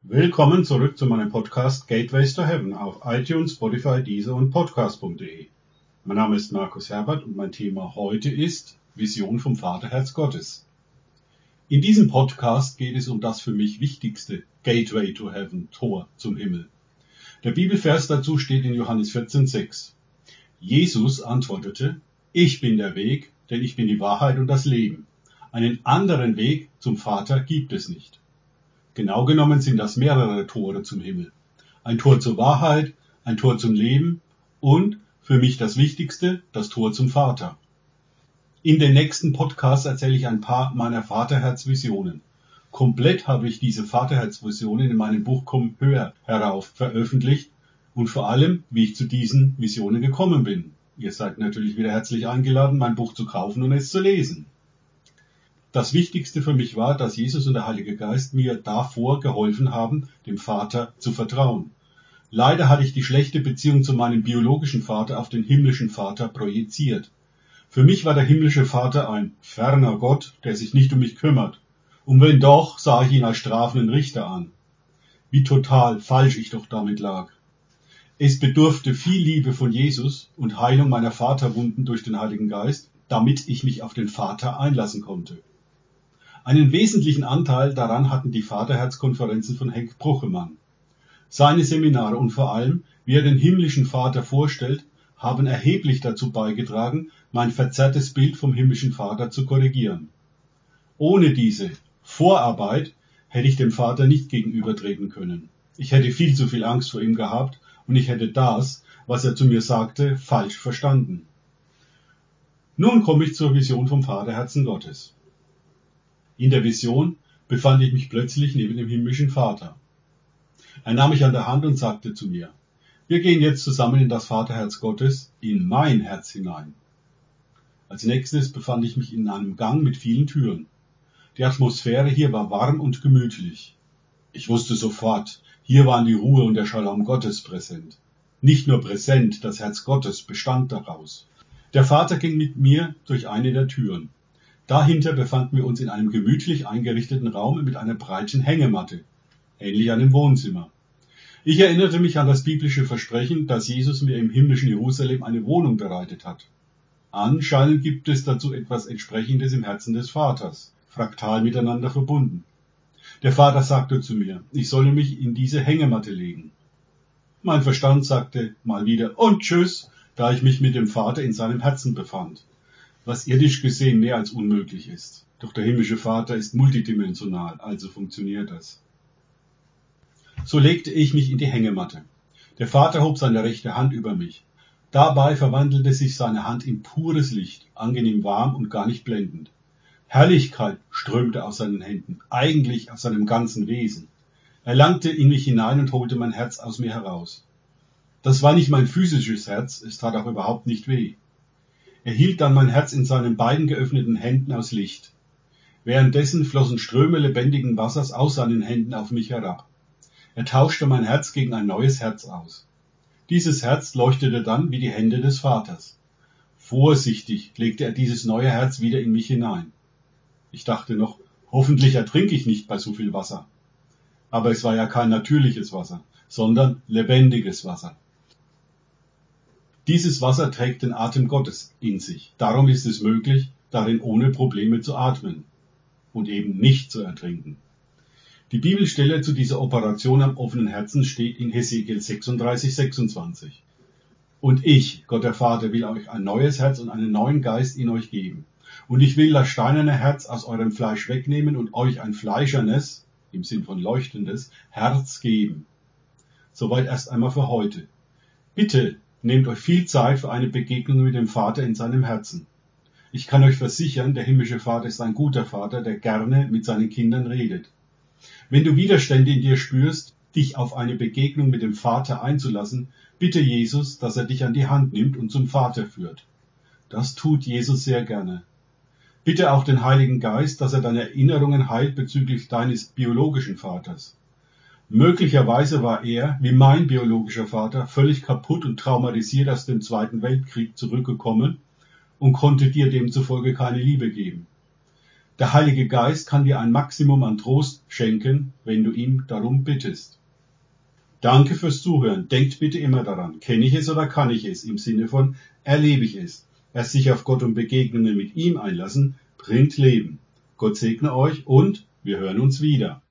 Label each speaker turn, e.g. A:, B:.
A: Willkommen zurück zu meinem Podcast Gateways to Heaven auf iTunes, Spotify, Deezer und Podcast.de. Mein Name ist Markus Herbert und mein Thema heute ist Vision vom Vaterherz Gottes. In diesem Podcast geht es um das für mich wichtigste Gateway to Heaven, Tor zum Himmel. Der Bibelvers dazu steht in Johannes 14,6. Jesus antwortete: Ich bin der Weg, denn ich bin die Wahrheit und das Leben. Einen anderen Weg zum Vater gibt es nicht. Genau genommen sind das mehrere Tore zum Himmel. Ein Tor zur Wahrheit, ein Tor zum Leben und, für mich das Wichtigste, das Tor zum Vater. In den nächsten Podcasts erzähle ich ein paar meiner Vaterherzvisionen. Komplett habe ich diese Vaterherzvisionen in meinem Buch Komm höher herauf veröffentlicht und vor allem, wie ich zu diesen Visionen gekommen bin. Ihr seid natürlich wieder herzlich eingeladen, mein Buch zu kaufen und es zu lesen. Das Wichtigste für mich war, dass Jesus und der Heilige Geist mir davor geholfen haben, dem Vater zu vertrauen. Leider hatte ich die schlechte Beziehung zu meinem biologischen Vater auf den himmlischen Vater projiziert. Für mich war der himmlische Vater ein ferner Gott, der sich nicht um mich kümmert. Und wenn doch, sah ich ihn als strafenden Richter an. Wie total falsch ich doch damit lag. Es bedurfte viel Liebe von Jesus und Heilung meiner Vaterwunden durch den Heiligen Geist, damit ich mich auf den Vater einlassen konnte. Einen wesentlichen Anteil daran hatten die Vaterherzkonferenzen von Henk Bruchemann. Seine Seminare und vor allem, wie er den himmlischen Vater vorstellt, haben erheblich dazu beigetragen, mein verzerrtes Bild vom himmlischen Vater zu korrigieren. Ohne diese Vorarbeit hätte ich dem Vater nicht gegenübertreten können. Ich hätte viel zu viel Angst vor ihm gehabt und ich hätte das, was er zu mir sagte, falsch verstanden. Nun komme ich zur Vision vom Vaterherzen Gottes. In der Vision befand ich mich plötzlich neben dem himmlischen Vater. Er nahm mich an der Hand und sagte zu mir: Wir gehen jetzt zusammen in das Vaterherz Gottes, in mein Herz hinein. Als nächstes befand ich mich in einem Gang mit vielen Türen. Die Atmosphäre hier war warm und gemütlich. Ich wusste sofort, hier waren die Ruhe und der Shalom Gottes präsent. Nicht nur präsent, das Herz Gottes bestand daraus. Der Vater ging mit mir durch eine der Türen. Dahinter befanden wir uns in einem gemütlich eingerichteten Raum mit einer breiten Hängematte, ähnlich einem Wohnzimmer. Ich erinnerte mich an das biblische Versprechen, dass Jesus mir im himmlischen Jerusalem eine Wohnung bereitet hat. Anscheinend gibt es dazu etwas Entsprechendes im Herzen des Vaters, fraktal miteinander verbunden. Der Vater sagte zu mir, ich solle mich in diese Hängematte legen. Mein Verstand sagte mal wieder und tschüss, da ich mich mit dem Vater in seinem Herzen befand. Was irdisch gesehen mehr als unmöglich ist. Doch der himmlische Vater ist multidimensional, also funktioniert das. So legte ich mich in die Hängematte. Der Vater hob seine rechte Hand über mich. Dabei verwandelte sich seine Hand in pures Licht, angenehm warm und gar nicht blendend. Herrlichkeit strömte aus seinen Händen, eigentlich aus seinem ganzen Wesen. Er langte in mich hinein und holte mein Herz aus mir heraus. Das war nicht mein physisches Herz, es tat auch überhaupt nicht weh. Er hielt dann mein Herz in seinen beiden geöffneten Händen aus Licht. Währenddessen flossen Ströme lebendigen Wassers aus seinen Händen auf mich herab. Er tauschte mein Herz gegen ein neues Herz aus. Dieses Herz leuchtete dann wie die Hände des Vaters. Vorsichtig legte er dieses neue Herz wieder in mich hinein. Ich dachte noch, hoffentlich ertrinke ich nicht bei so viel Wasser. Aber es war ja kein natürliches Wasser, sondern lebendiges Wasser. Dieses Wasser trägt den Atem Gottes in sich. Darum ist es möglich, darin ohne Probleme zu atmen und eben nicht zu ertrinken. Die Bibelstelle zu dieser Operation am offenen Herzen steht in Hesekiel 36,26. Und ich, Gott der Vater, will euch ein neues Herz und einen neuen Geist in euch geben. Und ich will das steinerne Herz aus eurem Fleisch wegnehmen und euch ein fleischernes, im Sinn von leuchtendes, Herz geben. Soweit erst einmal für heute. Bitte nehmt euch viel Zeit für eine Begegnung mit dem Vater in seinem Herzen. Ich kann euch versichern, der himmlische Vater ist ein guter Vater, der gerne mit seinen Kindern redet. Wenn du Widerstände in dir spürst, dich auf eine Begegnung mit dem Vater einzulassen, bitte Jesus, dass er dich an die Hand nimmt und zum Vater führt. Das tut Jesus sehr gerne. Bitte auch den Heiligen Geist, dass er deine Erinnerungen heilt bezüglich deines biologischen Vaters. Möglicherweise war er, wie mein biologischer Vater, völlig kaputt und traumatisiert aus dem Zweiten Weltkrieg zurückgekommen und konnte dir demzufolge keine Liebe geben. Der Heilige Geist kann dir ein Maximum an Trost schenken, wenn du ihn darum bittest. Danke fürs Zuhören. Denkt bitte immer daran, kenne ich es oder kann ich es, im Sinne von erlebe ich es. Erst sich auf Gott und Begegnungen mit ihm einlassen, bringt Leben. Gott segne euch und wir hören uns wieder.